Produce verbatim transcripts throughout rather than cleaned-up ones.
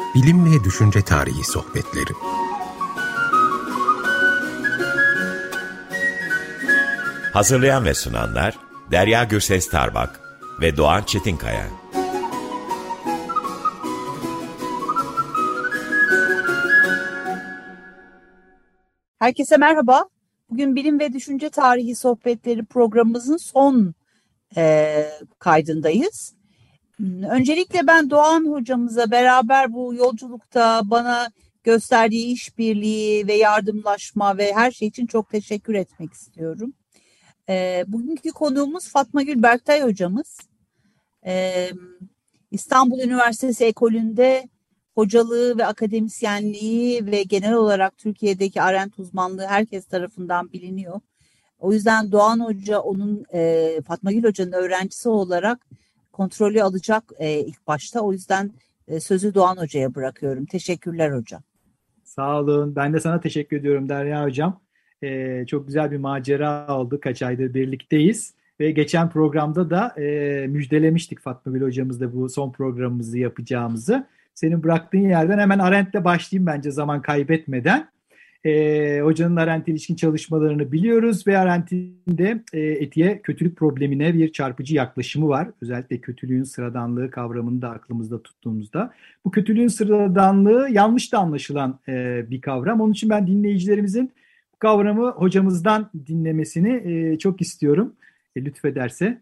Bilim ve Düşünce Tarihi Sohbetleri. Hazırlayan ve sunanlar Derya Gürses Tarbak ve Doğan Çetinkaya. Herkese merhaba. Bugün Bilim ve Düşünce Tarihi Sohbetleri programımızın son e, kaydındayız. Öncelikle ben Doğan hocamıza beraber bu yolculukta bana gösterdiği işbirliği ve yardımlaşma ve her şey için çok teşekkür etmek istiyorum. E, bugünkü konuğumuz Fatma Gül Berktay hocamız. E, İstanbul Üniversitesi Ekolü'nde hocalığı ve akademisyenliği ve genel olarak Türkiye'deki Arendt uzmanlığı herkes tarafından biliniyor. O yüzden Doğan Hoca onun e, Fatma Gül Hoca'nın öğrencisi olarak kontrolü alacak e, ilk başta. O yüzden e, sözü Doğan Hoca'ya bırakıyorum. Teşekkürler hocam. Sağ olun. Ben de sana teşekkür ediyorum Derya Hocam. Ee, çok güzel bir macera oldu. Kaç aydır birlikteyiz. Ve geçen programda da e, müjdelemiştik Fatma Gül Hocamızla bu son programımızı yapacağımızı. Senin bıraktığın yerden hemen Arendt'le başlayayım bence zaman kaybetmeden. E, hocanın Arendt ilişkin çalışmalarını biliyoruz ve Arendt'in de e, etiğe kötülük problemine bir çarpıcı yaklaşımı var. Özellikle kötülüğün sıradanlığı kavramını da aklımızda tuttuğumuzda. Bu kötülüğün sıradanlığı yanlış da anlaşılan e, bir kavram. Onun için ben dinleyicilerimizin bu kavramı hocamızdan dinlemesini e, çok istiyorum. E, lütfederse.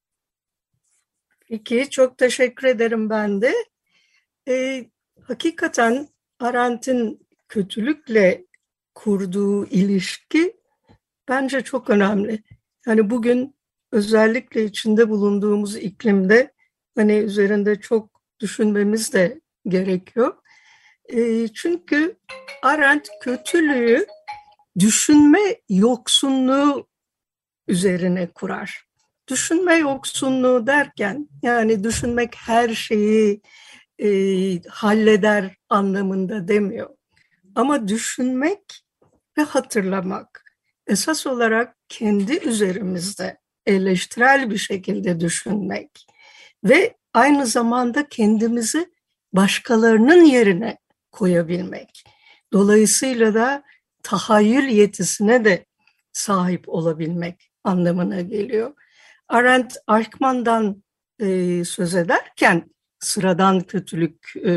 Peki, çok teşekkür ederim ben de. E, hakikaten Arendt'in kötülükle kurduğu ilişki bence çok önemli. Yani bugün özellikle içinde bulunduğumuz iklimde hani üzerinde çok düşünmemiz de gerekiyor. E, çünkü Arendt kötülüğü düşünme yoksunluğu üzerine kurar. Düşünme yoksunluğu derken yani düşünmek her şeyi e, halleder anlamında demiyor. Ama düşünmek ve hatırlamak esas olarak kendi üzerimizde eleştirel bir şekilde düşünmek ve aynı zamanda kendimizi başkalarının yerine koyabilmek. Dolayısıyla da tahayyül yetisine de sahip olabilmek anlamına geliyor. Arendt Eichmann'dan e, söz ederken sıradan kötülük e,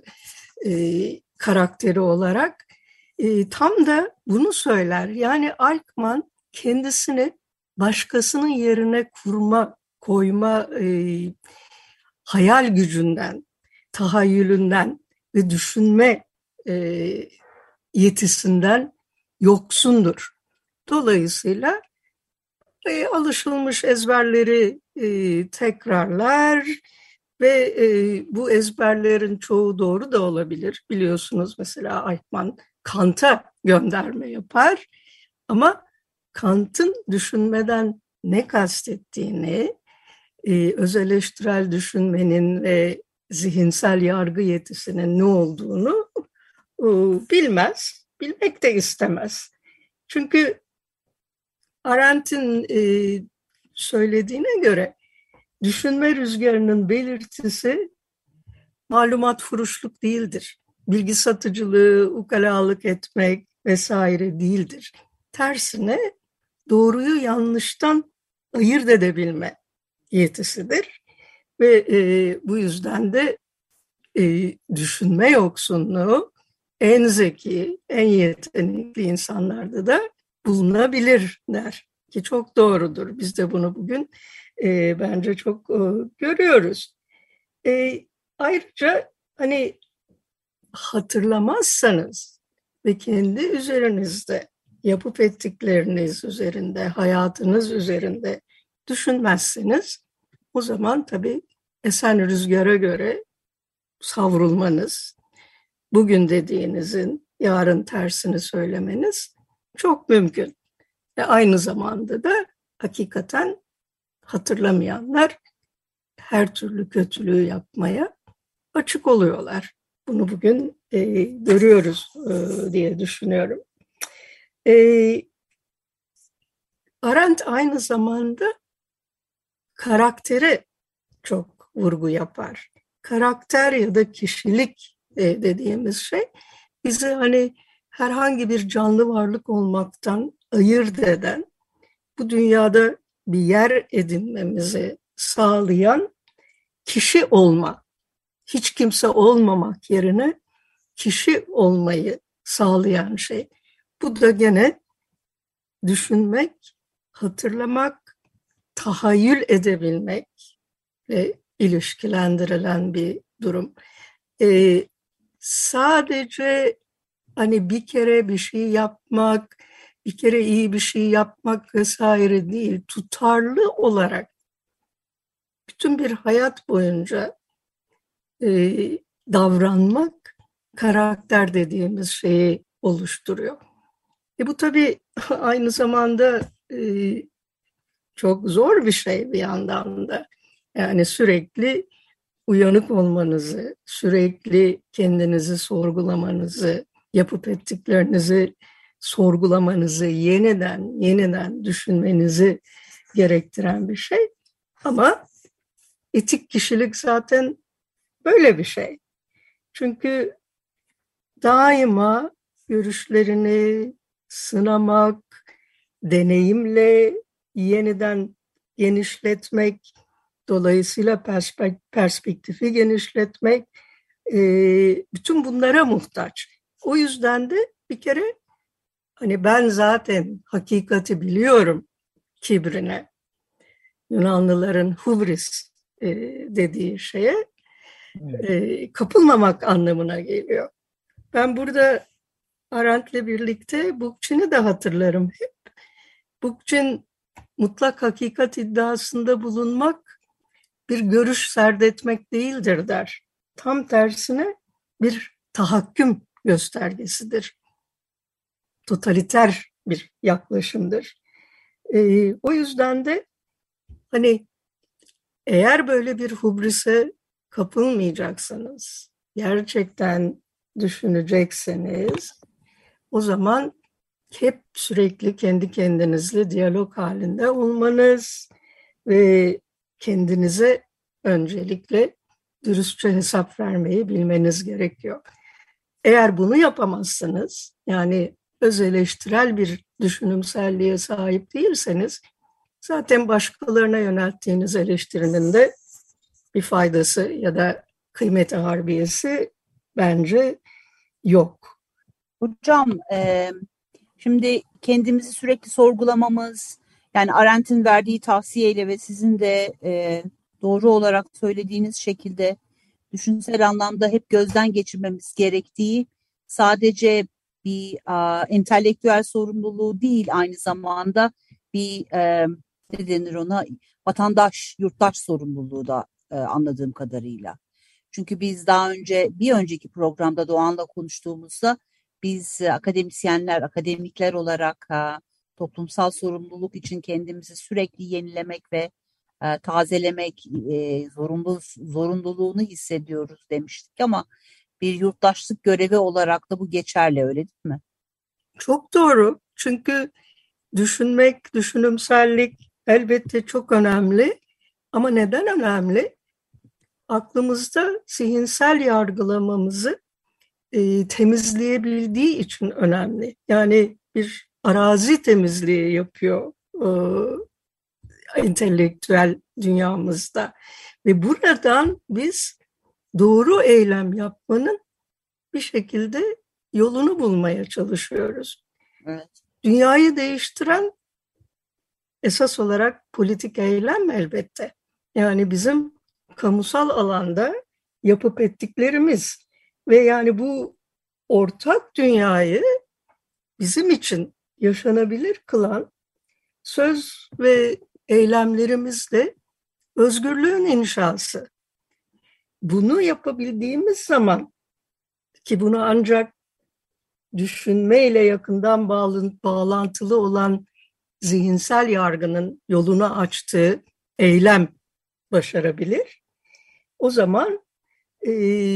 e, karakteri olarak e, tam da bunu söyler. Yani Eichmann kendisini başkasının yerine kurma, koyma e, hayal gücünden, tahayyülünden ve düşünme e, yetisinden yoksundur. Dolayısıyla e, alışılmış ezberleri e, tekrarlar ve e, bu ezberlerin çoğu doğru da olabilir. Biliyorsunuz mesela Eichmann Kant'a gönderme yapar ama Kant'ın düşünmeden ne kastettiğini, e, öz eleştirel düşünmenin ve zihinsel yargı yetisinin ne olduğunu e, bilmez, bilmek de istemez. Çünkü Arendt'in e, söylediğine göre düşünme rüzgarının belirtisi malumat furuşluk değildir. Bilgi satıcılığı, ukalalık etmek vesaire değildir. Tersine doğruyu yanlıştan ayırt edebilme yetisidir. Ve e, bu yüzden de e, düşünme yoksunluğu en zeki, en yetenekli insanlarda da bulunabilir der ki çok doğrudur. Biz de bunu bugün e, bence çok e, görüyoruz. E, ayrıca hani hatırlamazsanız ve kendi üzerinizde yapıp ettikleriniz üzerinde, hayatınız üzerinde düşünmezseniz o zaman tabii esen rüzgara göre savrulmanız, bugün dediğinizin yarın tersini söylemeniz çok mümkün. Ve aynı zamanda da hakikaten hatırlamayanlar her türlü kötülüğü yapmaya açık oluyorlar. Bunu bugün e, görüyoruz e, diye düşünüyorum. E, Arendt aynı zamanda karaktere çok vurgu yapar. Karakter ya da kişilik e, dediğimiz şey bizi hani herhangi bir canlı varlık olmaktan ayırt eden, bu dünyada bir yer edinmemizi sağlayan kişi olma, hiç kimse olmamak yerine kişi olmayı sağlayan şey. Bu da gene düşünmek, hatırlamak, tahayyül edebilmekle ilişkilendirilen bir durum. Ee, sadece hani bir kere bir şey yapmak, bir kere iyi bir şey yapmak vesaire değil, tutarlı olarak bütün bir hayat boyunca e, davranmak karakter dediğimiz şeyi oluşturuyor. E bu tabii aynı zamanda e, çok zor bir şey bir yandan da. Yani sürekli uyanık olmanızı, sürekli kendinizi sorgulamanızı, yapıp ettiklerinizi sorgulamanızı, yeniden yeniden düşünmenizi gerektiren bir şey. Ama etik kişilik zaten böyle bir şey. Çünkü daima görüşlerini sınamak, deneyimle yeniden genişletmek, dolayısıyla perspektifi genişletmek, bütün bunlara muhtaç. O yüzden de bir kere hani ben zaten hakikati biliyorum kibrine, Yunanlıların hubris dediği şeye evet. kapılmamak anlamına geliyor. Ben burada Arendt'le birlikte Bookchin'i de hatırlarım hep. Bookchin mutlak hakikat iddiasında bulunmak bir görüş serdetmek değildir der. Tam tersine bir tahakküm göstergesidir. Totaliter bir yaklaşımdır. Ee, o yüzden de hani eğer böyle bir hubrise kapılmayacaksanız, gerçekten düşünecekseniz, o zaman hep sürekli kendi kendinizle diyalog halinde olmanız ve kendinize öncelikle dürüstçe hesap vermeyi bilmeniz gerekiyor. Eğer bunu yapamazsanız, yani öz eleştirel bir düşünümselliğe sahip değilseniz, zaten başkalarına yönelttiğiniz eleştirinin de bir faydası ya da kıymeti harbiyesi bence yok. Hocam, e, şimdi kendimizi sürekli sorgulamamız, yani Arendt'in verdiği tavsiyeyle ve sizin de e, doğru olarak söylediğiniz şekilde düşünsel anlamda hep gözden geçirmemiz gerektiği sadece bir a, entelektüel sorumluluğu değil, aynı zamanda bir e, ne denir ona, vatandaş, yurttaş sorumluluğu da e, anladığım kadarıyla. Çünkü biz daha önce bir önceki programda Doğan'la konuştuğumuzda biz akademisyenler, akademikler olarak a, toplumsal sorumluluk için kendimizi sürekli yenilemek ve e, tazelemek e, zorunlu, zorunluluğunu hissediyoruz demiştik ama bir yurttaşlık görevi olarak da bu geçerli, öyle değil mi? Çok doğru. Çünkü düşünmek, düşünümsellik elbette çok önemli. Ama neden önemli? Aklımızda zihinsel yargılamamızı e, temizleyebildiği için önemli. Yani bir arazi temizliği yapıyor e, entelektüel dünyamızda. Ve buradan biz doğru eylem yapmanın bir şekilde yolunu bulmaya çalışıyoruz. Evet. Dünyayı değiştiren esas olarak politik eylem elbette. Yani bizim kamusal alanda yapıp ettiklerimiz ve yani bu ortak dünyayı bizim için yaşanabilir kılan söz ve eylemlerimizle özgürlüğün inşası. Bunu yapabildiğimiz zaman, ki bunu ancak düşünmeyle yakından bağlantılı olan zihinsel yargının yolunu açtığı eylem başarabilir. O zaman e,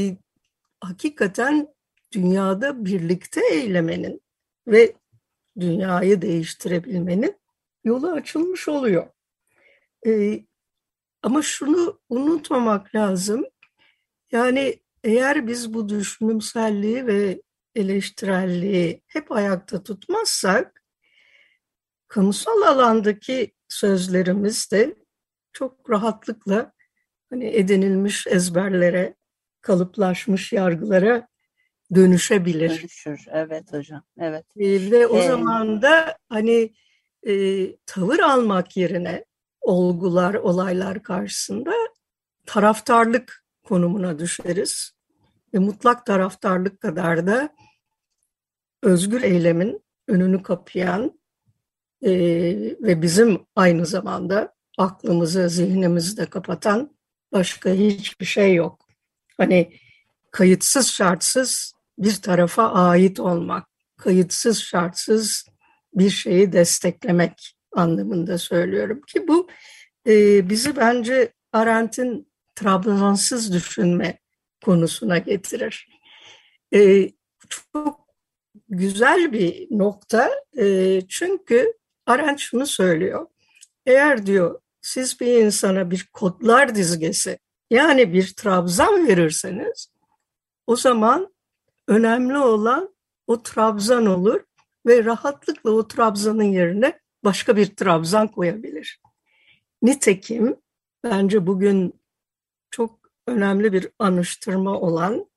hakikaten dünyada birlikte eylemenin ve dünyayı değiştirebilmenin yolu açılmış oluyor. E, ama şunu unutmamak lazım. Yani eğer biz bu düşünümselliği ve eleştirelliği hep ayakta tutmazsak, kamusal alandaki sözlerimiz de çok rahatlıkla hani edinilmiş ezberlere, kalıplaşmış yargılara dönüşebilir. Dönüşür. Evet hocam. Evet. Ee, ve o Ee, zaman da hani e, tavır almak yerine olgular, olaylar karşısında taraftarlık konumuna düşeriz. Ve mutlak taraftarlık kadar da özgür eylemin önünü kapayan e, ve bizim aynı zamanda aklımızı, zihnimizi de kapatan başka hiçbir şey yok. Hani kayıtsız şartsız bir tarafa ait olmak, kayıtsız şartsız bir şeyi desteklemek anlamında söylüyorum ki bu e, bizi bence Arendt'in Trabzonsuz düşünme konusuna getirir. E, çok güzel bir nokta e, çünkü Arendt şunu söylüyor. Eğer diyor siz bir insana bir kodlar dizgesi yani bir trabzan verirseniz o zaman önemli olan o trabzan olur ve rahatlıkla o trabzanın yerine başka bir trabzan koyabilir. Nitekim bence bugün çok önemli bir anıştırma olan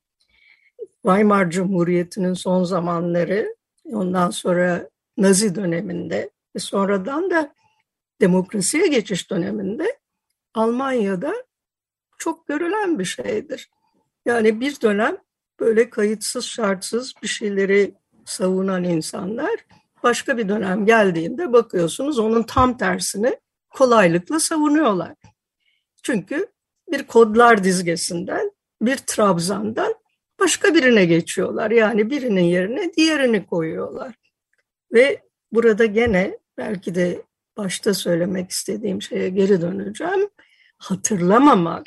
Weimar Cumhuriyeti'nin son zamanları, ondan sonra Nazi döneminde ve sonradan da demokrasiye geçiş döneminde Almanya'da çok görülen bir şeydir. Yani bir dönem böyle kayıtsız şartsız bir şeyleri savunan insanlar başka bir dönem geldiğinde bakıyorsunuz onun tam tersini kolaylıkla savunuyorlar. Çünkü bir kodlar dizgesinden, bir trabzandan başka birine geçiyorlar. Yani birinin yerine diğerini koyuyorlar. Ve burada gene belki de başta söylemek istediğim şeye geri döneceğim. Hatırlamamak,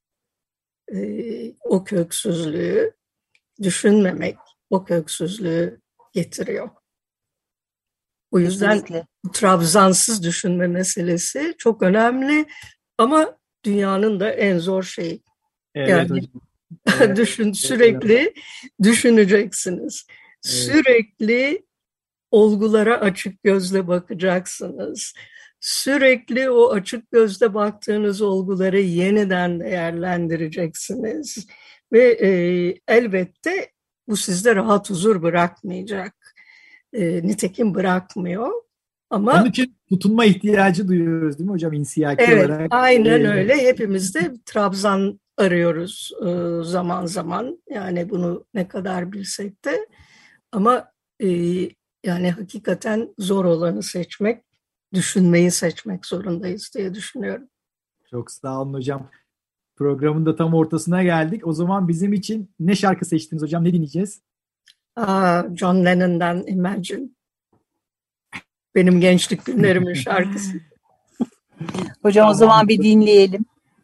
e, o köksüzlüğü, düşünmemek o köksüzlüğü getiriyor. O yüzden kesinlikle. trabzansız düşünme meselesi çok önemli ama dünyanın da en zor şeyi. Evet Yani hocam. Evet. düşün, sürekli düşüneceksiniz. Evet. Sürekli olgulara açık gözle bakacaksınız. Sürekli o açık gözle baktığınız olguları yeniden değerlendireceksiniz. Ve e, elbette bu sizde rahat huzur bırakmayacak. E, nitekim bırakmıyor. Ama onun için tutunma ihtiyacı duyuyoruz değil mi hocam insiyaki evet, olarak? aynen Ee, öyle. Hepimiz de trabzan arıyoruz e, zaman zaman. Yani bunu ne kadar bilsek de. Ama e, yani hakikaten zor olanı seçmek, düşünmeyi seçmek zorundayız diye düşünüyorum. Çok sağ olun hocam. Programın da tam ortasına geldik. O zaman bizim için ne şarkı seçtiniz hocam? Ne dinleyeceğiz? Aa, John Lennon'dan Imagine. Benim gençlik günlerimin şarkısı. Hocam o zaman bir dinleyelim.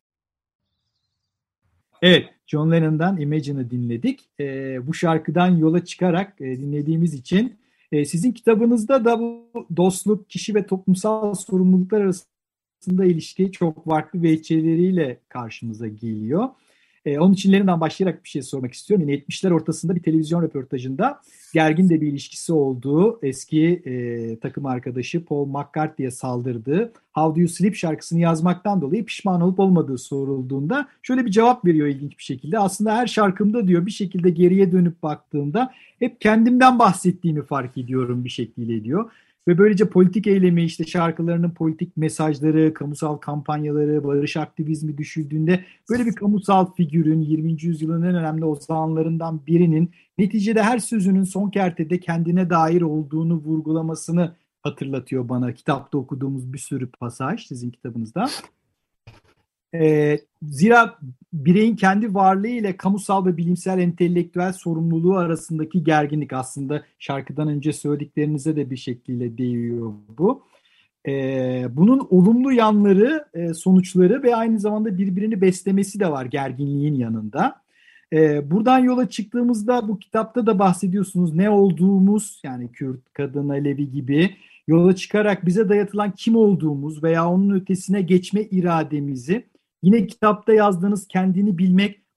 Evet, John Lennon'dan Imagine'ı dinledik. Ee, bu şarkıdan yola çıkarak e, dinlediğimiz için e, sizin kitabınızda da bu dostluk, kişi ve toplumsal sorumluluklar arasında ilişki çok farklı veçeleriyle karşımıza geliyor. E, onun için Lennon'dan başlayarak bir şey sormak istiyorum. Yine yetmişler ortasında bir televizyon röportajında gergin de bir ilişkisi olduğu eski e, takım arkadaşı Paul McCartney'e saldırdığı How Do You Sleep şarkısını yazmaktan dolayı pişman olup olmadığı sorulduğunda şöyle bir cevap veriyor ilginç bir şekilde. Aslında her şarkımda diyor bir şekilde geriye dönüp baktığımda hep kendimden bahsettiğimi fark ediyorum bir şekilde diyor. Ve böylece politik eylemi, işte şarkılarının politik mesajları, kamusal kampanyaları, barış aktivizmi düşürdüğünde böyle bir kamusal figürün yirminci yüzyılın en önemli ozanlarından birinin neticede her sözünün son kertede kendine dair olduğunu vurgulamasını hatırlatıyor bana. Kitapta okuduğumuz bir sürü pasaj sizin kitabınızda. Ee, zira bireyin kendi varlığı ile kamusal ve bilimsel entelektüel sorumluluğu arasındaki gerginlik aslında şarkıdan önce söylediklerinize de bir şekilde değiyor bu. Ee, bunun olumlu yanları, e, sonuçları ve aynı zamanda birbirini beslemesi de var gerginliğin yanında. Ee, buradan yola çıktığımızda bu kitapta da bahsediyorsunuz ne olduğumuz yani Kürt, kadın, Alevi gibi yola çıkarak bize dayatılan kim olduğumuz veya onun ötesine geçme irademizi yine kitapta yazdığınız kendini bilmek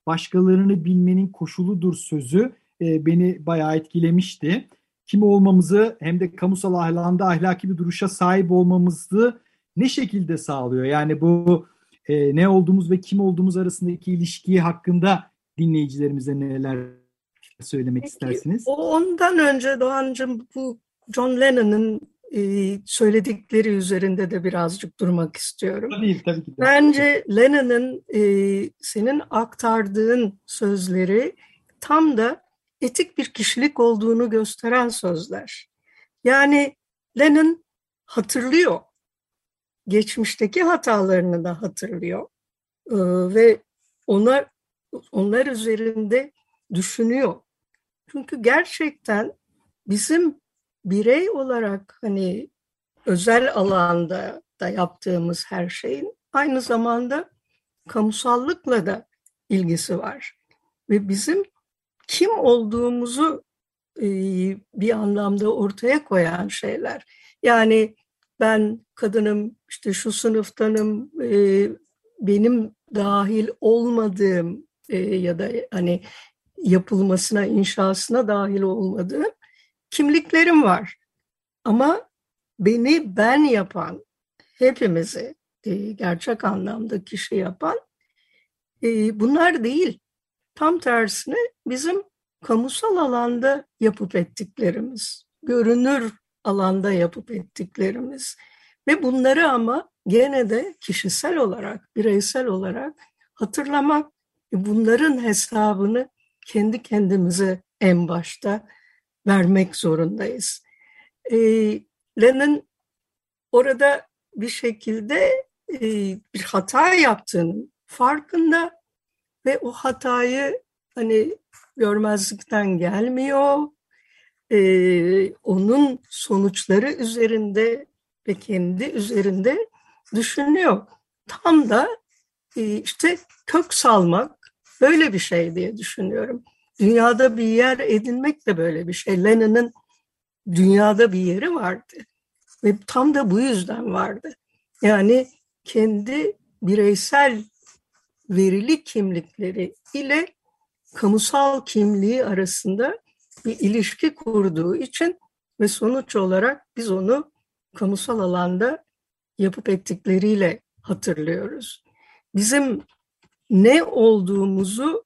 başkalarını bilmenin koşuludur sözü e, beni bayağı etkilemişti. Kim olmamızı hem de kamusal alanda ahlaki bir duruşa sahip olmamızı ne şekilde sağlıyor? Yani bu e, ne olduğumuz ve kim olduğumuz arasındaki ilişkiyi hakkında dinleyicilerimize neler söylemek Peki, istersiniz? o ondan önce Doğancığım bu John Lennon'ın e, söyledikleri üzerinde de birazcık durmak istiyorum. Tabii, tabii ki de. Bence Lennon'ın e, senin aktardığın sözleri tam da etik bir kişilik olduğunu gösteren sözler. Yani Lennon hatırlıyor. Geçmişteki hatalarını da hatırlıyor. Ee, ve onlar, onlar üzerinde düşünüyor. Çünkü gerçekten bizim birey olarak hani özel alanda da yaptığımız her şeyin aynı zamanda kamusallıkla da ilgisi var. Ve bizim kim olduğumuzu e, bir anlamda ortaya koyan şeyler. Yani ben kadınım, işte şu sınıftanım, e, benim dahil olmadığım e, ya da hani yapılmasına, inşasına dahil olmadığım kimliklerim var. Ama beni ben yapan, hepimizi e, gerçek anlamda kişi yapan e, bunlar değil. Tam tersine bizim kamusal alanda yapıp ettiklerimiz, görünür alanda yapıp ettiklerimiz ve bunları ama gene de kişisel olarak, bireysel olarak hatırlamak, bunların hesabını kendi kendimize en başta vermek zorundayız. E, Lennon orada bir şekilde e, bir hata yaptığının farkında ve o hatayı hani görmezlikten gelmiyor. Ee, onun sonuçları üzerinde ve kendi üzerinde düşünüyor. Tam da e, işte kök salmak böyle bir şey diye düşünüyorum. Dünyada bir yer edinmek de böyle bir şey. Lennon'ın dünyada bir yeri vardı ve tam da bu yüzden vardı. Yani kendi bireysel verili kimlikleri ile kamusal kimliği arasında bir ilişki kurduğu için ve sonuç olarak biz onu kamusal alanda yapıp ettikleriyle hatırlıyoruz. Bizim ne olduğumuzu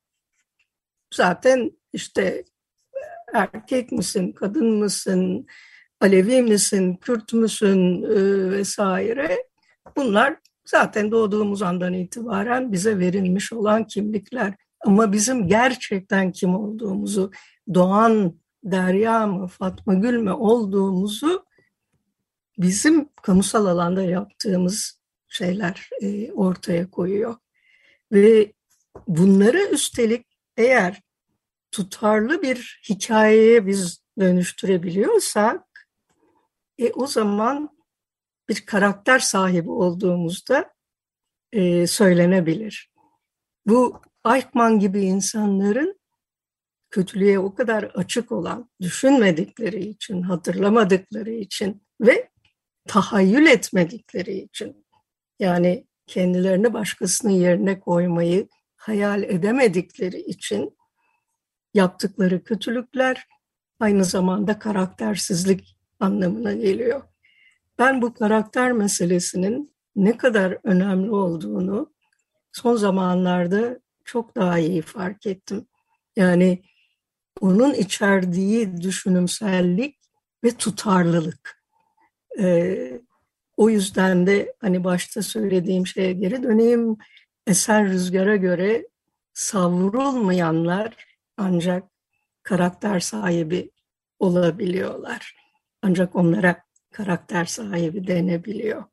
zaten işte erkek misin, kadın mısın, Alevi misin, Kürt müsün e, vesaire bunlar zaten doğduğumuz andan itibaren bize verilmiş olan kimlikler. Ama bizim gerçekten kim olduğumuzu, Doğan, Derya mı, Fatma Gül mü olduğumuzu bizim kamusal alanda yaptığımız şeyler e, ortaya koyuyor. Ve bunları üstelik eğer tutarlı bir hikayeye biz dönüştürebiliyorsak, e, o zaman bir karakter sahibi olduğumuzda e, söylenebilir. Bu Eichmann gibi insanların kötülüğe o kadar açık olan, düşünmedikleri için, hatırlamadıkları için ve tahayyül etmedikleri için, yani kendilerini başkasının yerine koymayı hayal edemedikleri için yaptıkları kötülükler aynı zamanda karaktersizlik anlamına geliyor. Ben bu karakter meselesinin ne kadar önemli olduğunu son zamanlarda çok daha iyi fark ettim. Yani onun içerdiği düşünümsellik ve tutarlılık. Ee, o yüzden de hani başta söylediğim şeye geri döneyim. Esen rüzgara göre savrulmayanlar ancak karakter sahibi olabiliyorlar. Ancak onlara karakter sahibi denebiliyor.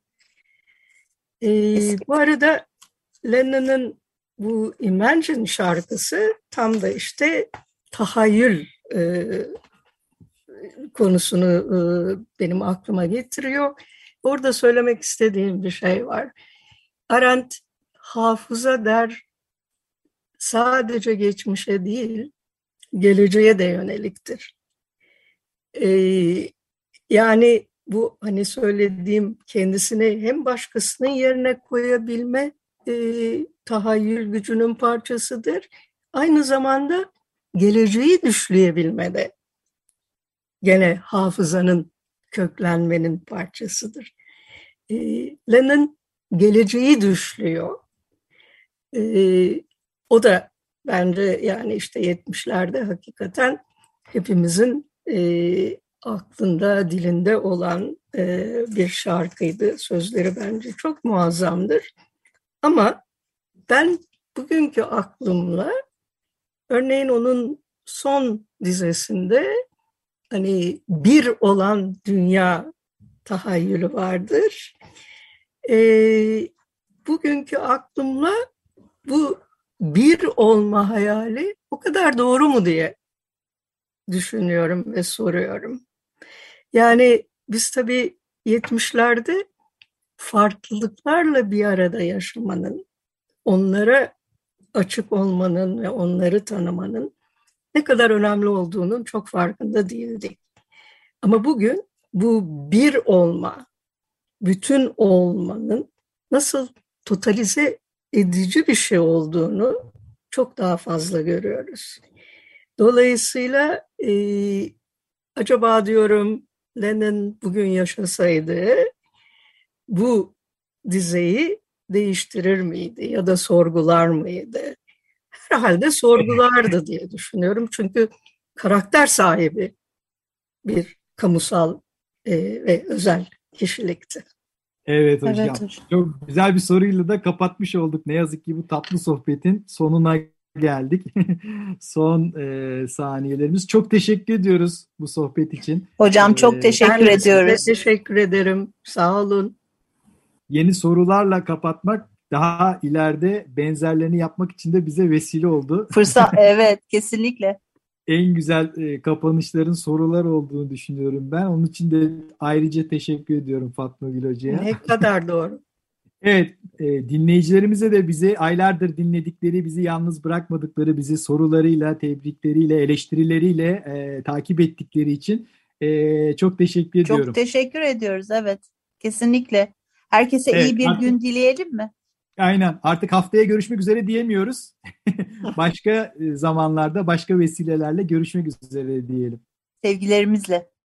Ee, bu arada Lennon'ın bu Imagine şarkısı tam da işte tahayyül e, konusunu e, benim aklıma getiriyor. Orada söylemek istediğim bir şey var. Arendt hafıza der, sadece geçmişe değil, geleceğe de yöneliktir. E, yani bu hani söylediğim kendisini hem başkasının yerine koyabilme e, tahayyül gücünün parçasıdır. aynı zamanda geleceği düşleyebilmede gene hafızanın, köklenmenin parçasıdır. E, Lennon geleceği düşlüyor. E, o da bence yani işte yetmişlerde hakikaten hepimizin e, aklında, dilinde olan e, bir şarkıydı. Sözleri bence çok muazzamdır. Ama ben bugünkü aklımla örneğin onun son dizesinde hani bir olan dünya tahayyülü vardır. E, bugünkü aklımla bu bir olma hayali o kadar doğru mu diye düşünüyorum ve soruyorum. Yani biz tabii yetmişlerde farklılıklarla bir arada yaşamanın, onlara açık olmanın ve onları tanımanın ne kadar önemli olduğunun çok farkında değildik. Ama bugün bu bir olma, bütün olmanın nasıl totalize edici bir şey olduğunu çok daha fazla görüyoruz. Dolayısıyla e, acaba diyorum Lennon bugün yaşasaydı bu dizeyi değiştirir miydi ya da sorgular mıydı? Herhalde sorgulardı diye düşünüyorum. Çünkü karakter sahibi bir kamusal e, ve özel kişilikti. Evet hocam. Evet hocam. Çok güzel bir soruyla da kapatmış olduk. Ne yazık ki bu tatlı sohbetin sonuna geldik. Son e, saniyelerimiz. Çok teşekkür ediyoruz bu sohbet için. Hocam çok Ee, teşekkür Ben size ediyoruz. teşekkür ederim. Sağ olun. Yeni sorularla kapatmak daha ileride benzerlerini yapmak için de bize vesile oldu. Fırsat, evet, kesinlikle. En güzel e, kapanışların sorular olduğunu düşünüyorum ben. Onun için de ayrıca teşekkür ediyorum Fatma Gül Hoca'ya. Ne kadar doğru. Evet, e, dinleyicilerimize de bizi aylardır dinledikleri, bizi yalnız bırakmadıkları, bizi sorularıyla, tebrikleriyle, eleştirileriyle e, takip ettikleri için e, çok teşekkür ediyorum. Çok teşekkür ediyoruz, evet. Kesinlikle. Herkese Evet, iyi bir artık- gün dileyelim mi? Aynen. Artık haftaya görüşmek üzere diyemiyoruz. Başka e, zamanlarda, başka vesilelerle görüşmek üzere diyelim. Sevgilerimizle.